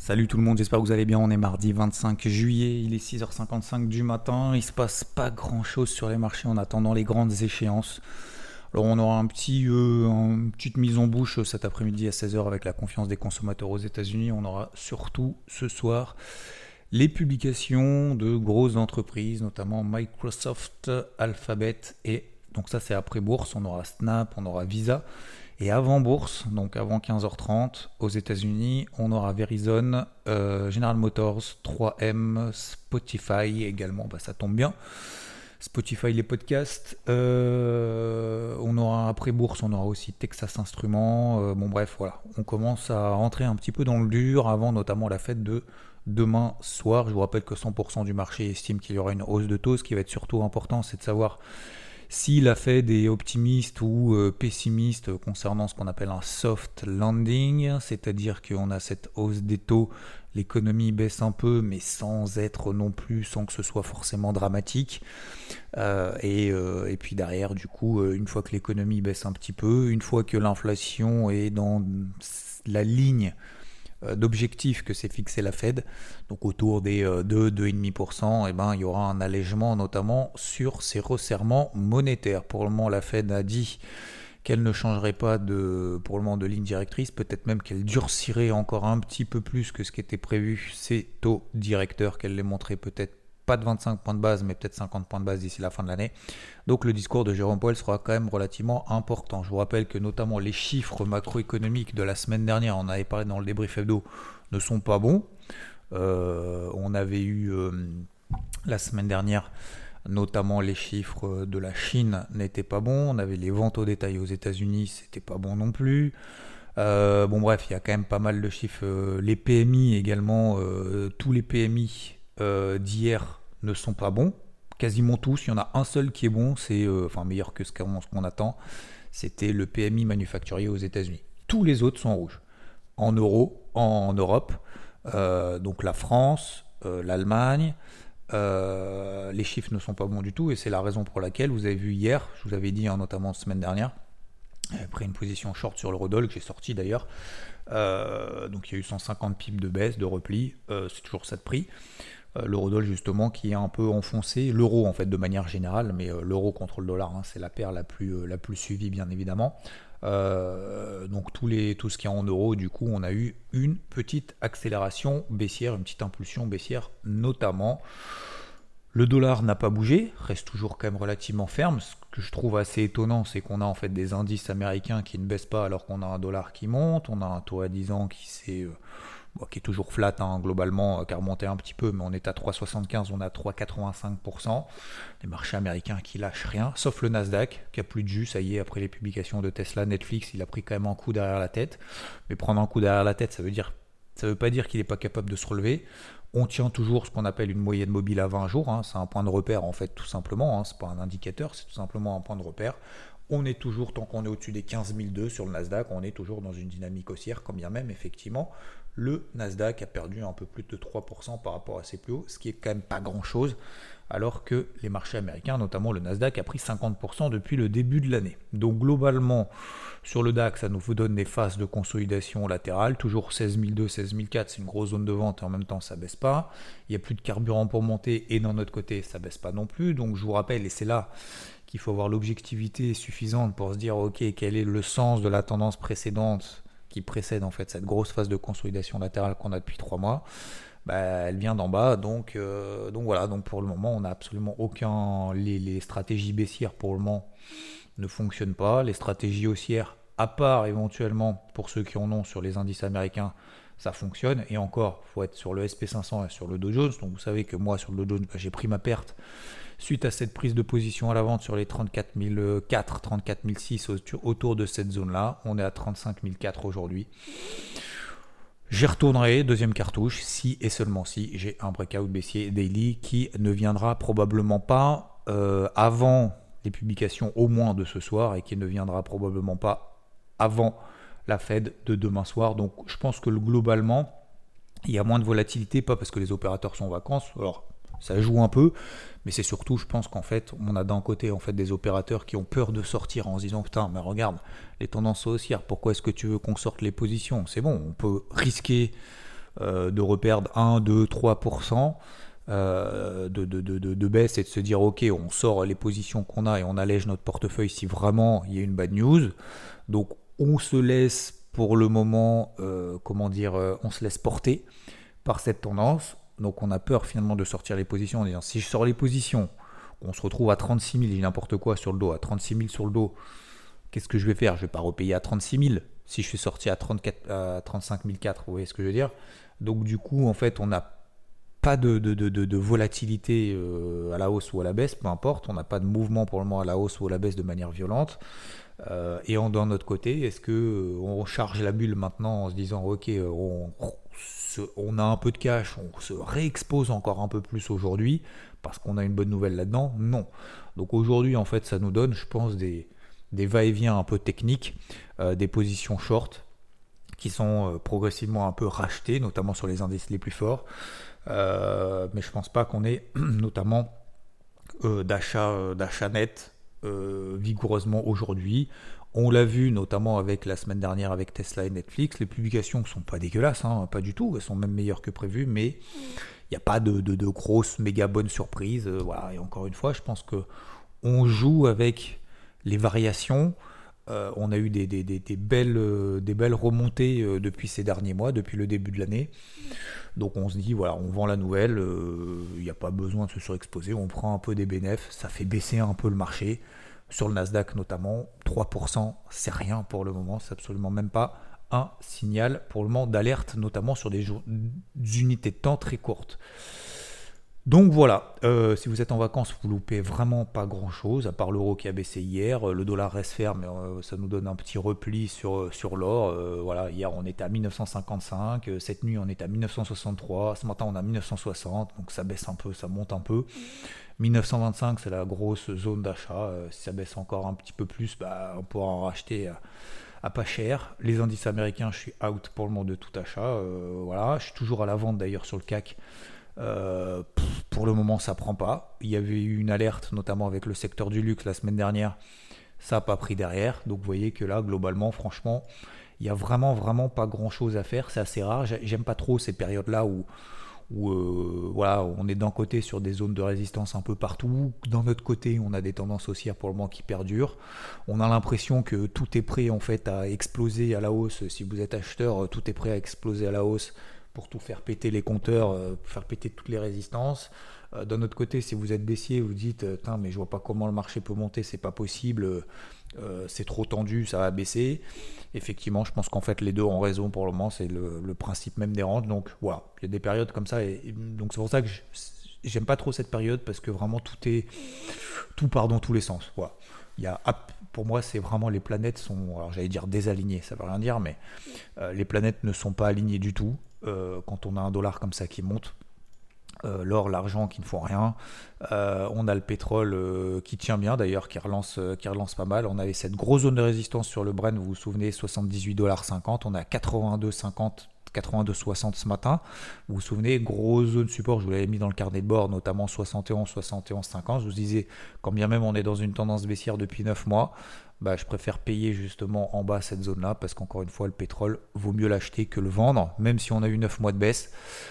Salut tout le monde, j'espère que vous allez bien. On est mardi 25 juillet, il est 6h55 du matin. Il se passe pas grand chose sur les marchés en attendant les grandes échéances. Alors on aura une petite mise en bouche cet après-midi à 16h avec la confiance des consommateurs aux États-Unis. On aura surtout ce soir les publications de grosses entreprises, notamment Microsoft, Alphabet et donc ça c'est après bourse. On aura Snap, on aura Visa. Et avant bourse, donc avant 15h30, aux États-Unis, on aura Verizon, General Motors, 3M, Spotify également, ça tombe bien. Spotify, les podcasts. On aura après bourse, on aura aussi Texas Instruments. Bon bref, voilà, on commence à rentrer un petit peu dans le dur avant notamment la fête de demain soir. Je vous rappelle que 100% du marché estime qu'il y aura une hausse de taux. Ce qui va être surtout important, c'est de savoir si la Fed est optimiste ou pessimiste concernant ce qu'on appelle un soft landing, c'est-à-dire qu'on a cette hausse des taux, l'économie baisse un peu, mais sans être non plus, sans que ce soit forcément dramatique. Et puis derrière, du coup, une fois que l'économie baisse un petit peu, une fois que l'inflation est dans la ligne d'objectifs que s'est fixé la Fed, donc autour des 2-2,5%, et il y aura un allègement notamment sur ces resserrements monétaires. Pour le moment, la Fed a dit qu'elle ne changerait pas pour le moment de ligne directrice, peut-être même qu'elle durcirait encore un petit peu plus que ce qui était prévu, ces taux directeurs, qu'elle les montrait peut-être pas de 25 points de base, mais peut-être 50 points de base d'ici la fin de l'année. Donc le discours de Jérôme Powell sera quand même relativement important. Je vous rappelle que notamment les chiffres macroéconomiques de la semaine dernière, on avait parlé dans le débrief hebdo, ne sont pas bons. On avait eu la semaine dernière, notamment les chiffres de la Chine n'étaient pas bons. On avait les ventes au détail aux États-Unis, c'était pas bon non plus. Bon bref, il y a quand même pas mal de chiffres. Les PMI également, tous les PMI d'hier ne sont pas bons, quasiment tous. Il y en a un seul qui est bon, c'est meilleur que ce qu'on attend. C'était le PMI manufacturier aux États-Unis. Tous les autres sont en rouge. En Europe, donc la France, l'Allemagne, les chiffres ne sont pas bons du tout et c'est la raison pour laquelle vous avez vu hier, je vous avais dit notamment la semaine dernière, j'avais pris une position short sur l'eurodoll que j'ai sorti d'ailleurs. Donc il y a eu 150 pips de baisse, de repli, c'est toujours ça de prix. L'eurodoll justement qui est un peu enfoncé, l'euro en fait de manière générale, mais l'euro contre le dollar, c'est la paire la plus suivie bien évidemment. Donc tout ce qui est en euros, du coup on a eu une petite accélération baissière, une petite impulsion baissière notamment. Le dollar n'a pas bougé, reste toujours quand même relativement ferme. Ce que je trouve assez étonnant, c'est qu'on a en fait des indices américains qui ne baissent pas alors qu'on a un dollar qui monte, on a un taux à 10 ans qui est toujours flat globalement, qui a remonté un petit peu, mais on est à 3,75, on est à 3,85%. Les marchés américains qui lâchent rien, sauf le Nasdaq, qui a plus de jus, ça y est, après les publications de Tesla, Netflix, il a pris quand même un coup derrière la tête. Mais prendre un coup derrière la tête, ça veut pas dire qu'il n'est pas capable de se relever. On tient toujours ce qu'on appelle une moyenne mobile à 20 jours, c'est un point de repère en fait tout simplement, c'est pas un indicateur, c'est tout simplement un point de repère. On est toujours, tant qu'on est au-dessus des 15 002 sur le Nasdaq, on est toujours dans une dynamique haussière, quand bien même effectivement le Nasdaq a perdu un peu plus de 3% par rapport à ses plus hauts, ce qui est quand même pas grand-chose, alors que les marchés américains, notamment le Nasdaq, a pris 50% depuis le début de l'année. Donc globalement, sur le DAX, ça nous donne des phases de consolidation latérale, toujours 16 002, 16 004, c'est une grosse zone de vente et en même temps ça baisse pas. Il n'y a plus de carburant pour monter et d'un autre côté ça baisse pas non plus. Donc je vous rappelle, et c'est là qu'il faut avoir l'objectivité suffisante pour se dire ok, quel est le sens de la tendance précédente qui précède en fait cette grosse phase de consolidation latérale qu'on a depuis 3 mois. Elle vient d'en bas, donc voilà, donc pour le moment on n'a absolument aucun, les stratégies baissières pour le moment ne fonctionnent pas, les stratégies haussières à part éventuellement pour ceux qui en ont sur les indices américains, ça fonctionne, et encore, il faut être sur le SP500 et sur le Dow Jones, donc vous savez que moi sur le Dow Jones, j'ai pris ma perte suite à cette prise de position à la vente sur les 34 004, 34 006 autour de cette zone-là, on est à 35 004 aujourd'hui. J'y retournerai, deuxième cartouche, si et seulement si j'ai un breakout baissier daily qui ne viendra probablement pas avant les publications au moins de ce soir et qui ne viendra probablement pas avant la Fed de demain soir. Donc je pense que globalement, il y a moins de volatilité, pas parce que les opérateurs sont en vacances, alors ça joue un peu, mais c'est surtout, je pense qu'en fait, on a d'un côté en fait des opérateurs qui ont peur de sortir en se disant putain, mais regarde, les tendances sont haussières, pourquoi est-ce que tu veux qu'on sorte les positions ? C'est bon, on peut risquer de reperdre 1, 2, 3% de baisse et de se dire ok, on sort les positions qu'on a et on allège notre portefeuille si vraiment il y a une bad news. Donc on se laisse pour le moment, on se laisse porter par cette tendance. Donc on a peur finalement de sortir les positions en disant si je sors les positions, on se retrouve à 36 000, j'ai n'importe quoi sur le dos, à 36 000 sur le dos, qu'est-ce que je vais faire? Je ne vais pas repayer à 36 000 si je suis sorti à 35 400, vous voyez ce que je veux dire? Donc du coup, en fait, on n'a pas de volatilité à la hausse ou à la baisse, peu importe, on n'a pas de mouvement pour le moment à la hausse ou à la baisse de manière violente. D'un autre côté, est-ce que on charge la bulle maintenant en se disant ok, on a un peu de cash, on se réexpose encore un peu plus aujourd'hui parce qu'on a une bonne nouvelle là-dedans? Non. Donc aujourd'hui, en fait, ça nous donne, je pense, des va-et-vient un peu techniques, des positions short qui sont progressivement un peu rachetées, notamment sur les indices les plus forts. Mais je pense pas qu'on ait notamment d'achat net vigoureusement aujourd'hui. On l'a vu notamment avec la semaine dernière avec Tesla et Netflix. Les publications ne sont pas dégueulasses, hein, pas du tout. Elles sont même meilleures que prévu, mais il n'y a pas de grosses méga bonnes surprises. Voilà. Et encore une fois, je pense que on joue avec les variations. On a eu des belles remontées depuis ces derniers mois, depuis le début de l'année. Donc on se dit, voilà, on vend la nouvelle, il n'y a pas besoin de se surexposer, on prend un peu des bénéfices, ça fait baisser un peu le marché. Sur le Nasdaq notamment, 3%, c'est rien pour le moment, c'est absolument même pas un signal pour le moment d'alerte, notamment sur des unités de temps très courtes. Donc voilà, si vous êtes en vacances, vous loupez vraiment pas grand chose, à part l'euro qui a baissé hier, le dollar reste ferme, mais ça nous donne un petit repli sur l'or. Voilà, hier on était à 1955, cette nuit on est à 1963, ce matin on a 1960, donc ça baisse un peu, ça monte un peu. 1925 c'est la grosse zone d'achat, si ça baisse encore un petit peu plus, on pourra en racheter à pas cher. Les indices américains, je suis out pour le moment de tout achat, voilà, je suis toujours à la vente d'ailleurs sur le CAC. Pour le moment ça prend pas. Il y avait eu une alerte notamment avec le secteur du luxe la semaine dernière, ça n'a pas pris derrière. Donc vous voyez que là globalement franchement il y a vraiment pas grand chose à faire. C'est assez rare, j'aime pas trop ces périodes là où voilà, on est d'un côté sur des zones de résistance un peu partout, d'un autre côté on a des tendances haussières pour le moment qui perdurent. On a l'impression que tout est prêt en fait à exploser à la hausse. Si vous êtes acheteur, tout est prêt à exploser à la hausse pour tout faire péter les compteurs, faire péter toutes les résistances. D'un autre côté, si vous êtes baissier, vous dites mais je vois pas comment le marché peut monter, c'est pas possible, c'est trop tendu, ça va baisser. Effectivement, je pense qu'en fait les deux ont raison pour le moment, c'est le principe même des rentes. Donc voilà, il y a des périodes comme ça, et donc c'est pour ça que j'aime pas trop cette période, parce que vraiment tout part dans tous les sens. Voilà. Pour moi, c'est vraiment les planètes sont, alors j'allais dire désalignées, ça veut rien dire, mais les planètes ne sont pas alignées du tout. Quand on a un dollar comme ça qui monte, l'or, l'argent qui ne font rien, on a le pétrole qui tient bien d'ailleurs, qui relance pas mal. On avait cette grosse zone de résistance sur le Brent, vous vous souvenez, 78,50$, on est à 82,50$, 82,60 ce matin. Vous vous souvenez, grosse zone support, je vous l'avais mis dans le carnet de bord, notamment 71, 50. Je vous disais, quand bien même on est dans une tendance baissière depuis 9 mois, je préfère payer justement en bas cette zone-là, parce qu'encore une fois, le pétrole, vaut mieux l'acheter que le vendre, même si on a eu 9 mois de baisse.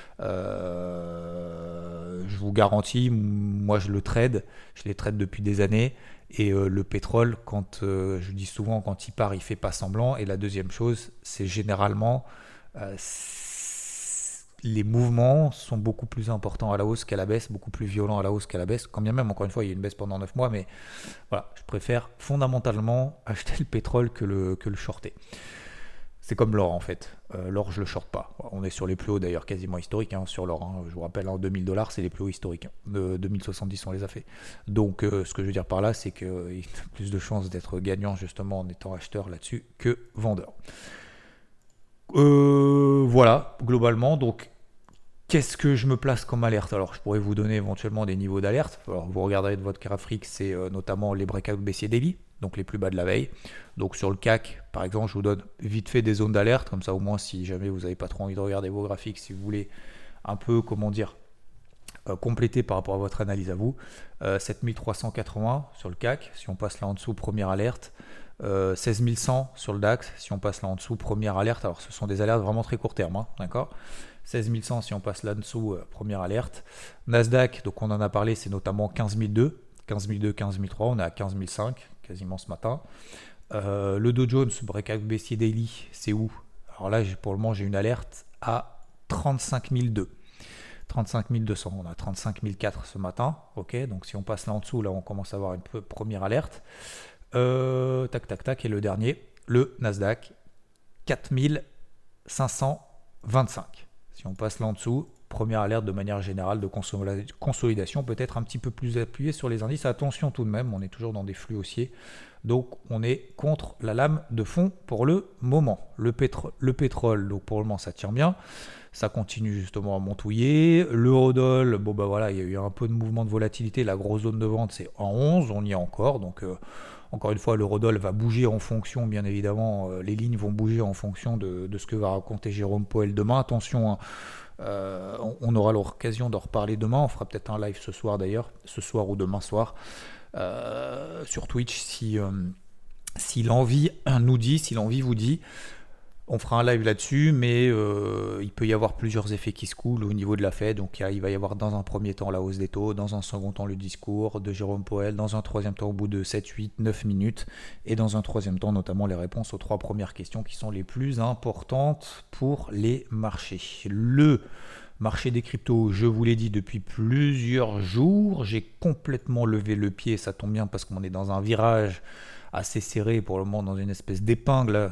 Je vous garantis, moi je les trade depuis des années, et le pétrole, je dis souvent, quand il part, il fait pas semblant. Et la deuxième chose, c'est généralement les mouvements sont beaucoup plus importants à la hausse qu'à la baisse, beaucoup plus violents à la hausse qu'à la baisse, quand bien même, encore une fois, il y a une baisse pendant 9 mois, mais voilà, je préfère fondamentalement acheter le pétrole que le shorter. C'est comme l'or en fait. L'or, je le shorte pas. On est sur les plus hauts d'ailleurs, quasiment historiques sur l'or. Je vous rappelle, $2000, c'est les plus hauts historiques. 2070, on les a fait. Donc, ce que je veux dire par là, c'est qu'il y a plus de chances d'être gagnant justement en étant acheteur là-dessus que vendeur. Voilà, globalement. Donc, qu'est-ce que je me place comme alerte? Alors, je pourrais vous donner éventuellement des niveaux d'alerte. Alors, vous regarderez de votre graphique, c'est notamment les breakouts baissiers daily, donc les plus bas de la veille. Donc sur le CAC, par exemple, je vous donne vite fait des zones d'alerte, comme ça au moins si jamais vous n'avez pas trop envie de regarder vos graphiques, si vous voulez un peu, compléter par rapport à votre analyse à vous. 7380 sur le CAC, si on passe là en dessous, première alerte. 16100 sur le DAX, si on passe là en dessous, première alerte. Alors ce sont des alertes vraiment très court terme, d'accord ? 16 100 si on passe là-dessous, première alerte. Nasdaq, donc on en a parlé, c'est notamment 15 200, 15 200, 15 300, on est à 15 500 quasiment ce matin. Le Dow Jones, breakout baissier daily, c'est où? Alors là, pour le moment, j'ai une alerte à 35 200. 35 200, on a 35 400 ce matin, ok, donc si on passe là en dessous, là on commence à avoir une première alerte. Tac tac tac, et le dernier, le Nasdaq, 4525. Si on passe là en dessous, première alerte de manière générale de consolidation, peut-être un petit peu plus appuyée sur les indices. Attention tout de même, on est toujours dans des flux haussiers, donc on est contre la lame de fond pour le moment. Le pétrole, donc pour le moment ça tient bien. Ça continue justement à montouiller. L'eurodoll, bon bah voilà, il y a eu un peu de mouvement de volatilité. La grosse zone de vente, c'est en 11, on y est encore. Donc encore une fois, l'eurodoll va bouger en fonction, bien évidemment, les lignes vont bouger en fonction de ce que va raconter Jérôme Powell demain. Attention, on aura l'occasion d'en reparler demain. On fera peut-être un live ce soir d'ailleurs, ce soir ou demain soir, sur Twitch, si l'envie nous dit, si l'envie vous dit. On fera un live là-dessus, mais il peut y avoir plusieurs effets qui se coulent au niveau de la Fed. Donc il va y avoir dans un premier temps la hausse des taux, dans un second temps le discours de Jérôme Powell, dans un troisième temps au bout de 7, 8, 9 minutes, et dans un troisième temps notamment les réponses aux 3 premières questions qui sont les plus importantes pour les marchés. Le marché des cryptos, je vous l'ai dit depuis plusieurs jours, j'ai complètement levé le pied, ça tombe bien parce qu'on est dans un virage assez serré pour le moment, dans une espèce d'épingle.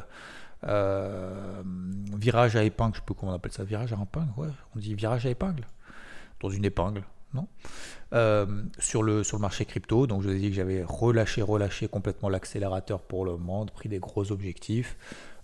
Virage à épingle, je sais pas comment on appelle ça, virage à épingle, ouais, on dit virage à épingle, dans une épingle, non, sur le marché crypto. Donc je vous ai dit que j'avais relâché complètement l'accélérateur pour le moment, pris des gros objectifs,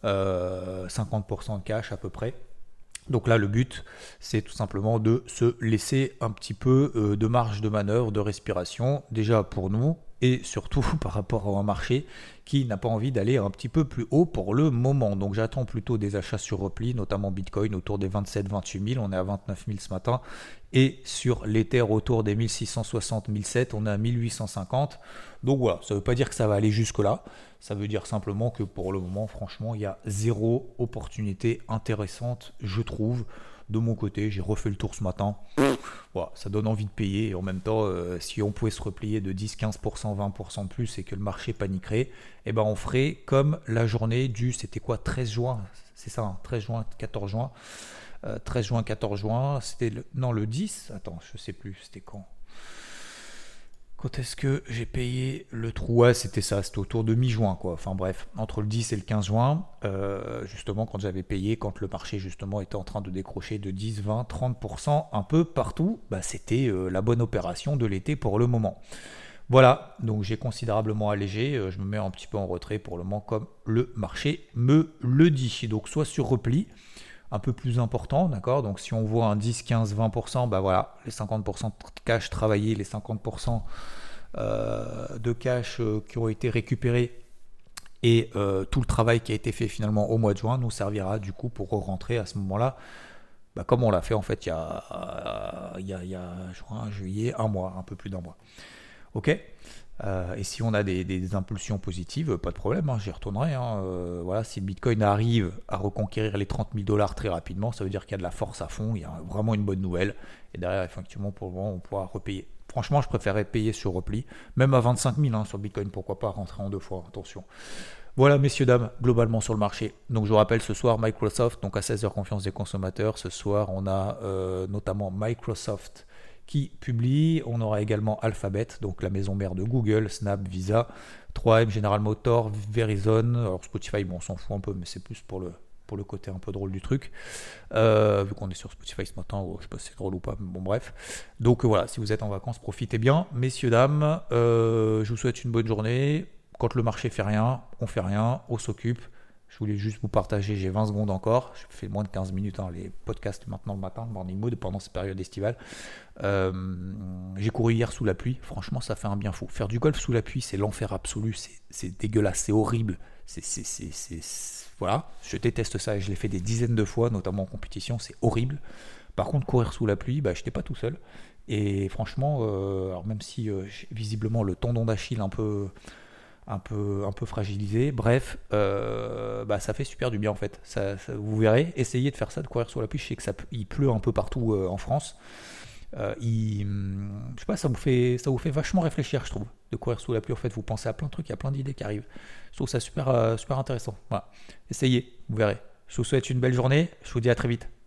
50% de cash à peu près. Donc là, le but, c'est tout simplement de se laisser un petit peu de marge de manœuvre, de respiration, déjà pour nous, et surtout par rapport à un marché qui n'a pas envie d'aller un petit peu plus haut pour le moment. Donc j'attends plutôt des achats sur repli, notamment Bitcoin autour des 27-28 000, on est à 29 000 ce matin, et sur l'Ether autour des 1660, 1700, on est à 1850. Donc voilà, ça ne veut pas dire que ça va aller jusque-là, ça veut dire simplement que pour le moment, franchement, il y a zéro opportunité intéressante, je trouve. De mon côté, j'ai refait le tour ce matin. Voilà, ça donne envie de payer. Et en même temps, si on pouvait se replier de 10, 15%, 20% de plus et que le marché paniquerait, eh ben on ferait comme la journée du, c'était quoi, 13 juin, c'est ça, hein, 13 juin, 14 juin. 13 juin, 14 juin, c'était le 10, attends, je sais plus, c'était quand est-ce que j'ai payé le trou? Ouais, c'était ça, c'était autour de mi-juin, quoi. Enfin bref, entre le 10 et le 15 juin, justement, quand j'avais payé, quand le marché, justement, était en train de décrocher de 10, 20, 30% un peu partout, bah, c'était la bonne opération de l'été pour le moment. Voilà, donc j'ai considérablement allégé, je me mets un petit peu en retrait pour le moment, comme le marché me le dit. Donc soit sur repli, un peu plus important, d'accord. Donc si on voit un 10, 15, 20%, bah voilà, les 50% de cash travaillé, les 50% de cash qui ont été récupérés et tout le travail qui a été fait finalement au mois de juin nous servira du coup pour rentrer à ce moment-là, bah, comme on l'a fait en fait il y a juin, juillet, un mois, un peu plus d'un mois. Ok. Et si on a des impulsions positives, pas de problème, hein, j'y retournerai. Voilà, si le Bitcoin arrive à reconquérir les 30 000 $ très rapidement, ça veut dire qu'il y a de la force à fond, il y a vraiment une bonne nouvelle. Et derrière, effectivement, pour le moment, on pourra repayer. Franchement, je préférerais payer sur repli, même à 25 000 hein, sur Bitcoin, pourquoi pas rentrer en 2 fois, attention. Voilà, messieurs, dames, globalement sur le marché. Donc je vous rappelle, ce soir, Microsoft, donc à 16h, confiance des consommateurs. Ce soir, on a notamment Microsoft qui publie. On aura également Alphabet, donc la maison mère de Google, Snap, Visa, 3M, General Motors, Verizon. Alors Spotify, bon, on s'en fout un peu, mais c'est plus pour le côté un peu drôle du truc. Vu qu'on est sur Spotify ce matin, je sais pas si c'est drôle ou pas, mais bon bref. Donc voilà, si vous êtes en vacances, profitez bien. Messieurs, dames, je vous souhaite une bonne journée. Quand le marché fait rien, on s'occupe. Je voulais juste vous partager, j'ai 20 secondes encore, je fais moins de 15 minutes, hein, les podcasts maintenant le matin, le morning mode pendant cette période estivale. J'ai couru hier sous la pluie, franchement ça fait un bien fou. Faire du golf sous la pluie, c'est l'enfer absolu, c'est dégueulasse, c'est horrible. Voilà, je déteste ça et je l'ai fait des dizaines de fois, notamment en compétition, c'est horrible. Par contre, courir sous la pluie, bah, je n'étais pas tout seul. Et franchement, alors même si visiblement le tendon d'Achille un peu un peu fragilisé. Bref, ça fait super du bien en fait. Vous verrez, essayez de faire ça, de courir sous la pluie. Je sais que il pleut un peu partout en France. Je sais pas, ça vous fait vachement réfléchir, je trouve, de courir sous la pluie. En fait, vous pensez à plein de trucs, il y a plein d'idées qui arrivent. Je trouve ça super, super intéressant. Voilà. Essayez, vous verrez. Je vous souhaite une belle journée. Je vous dis à très vite.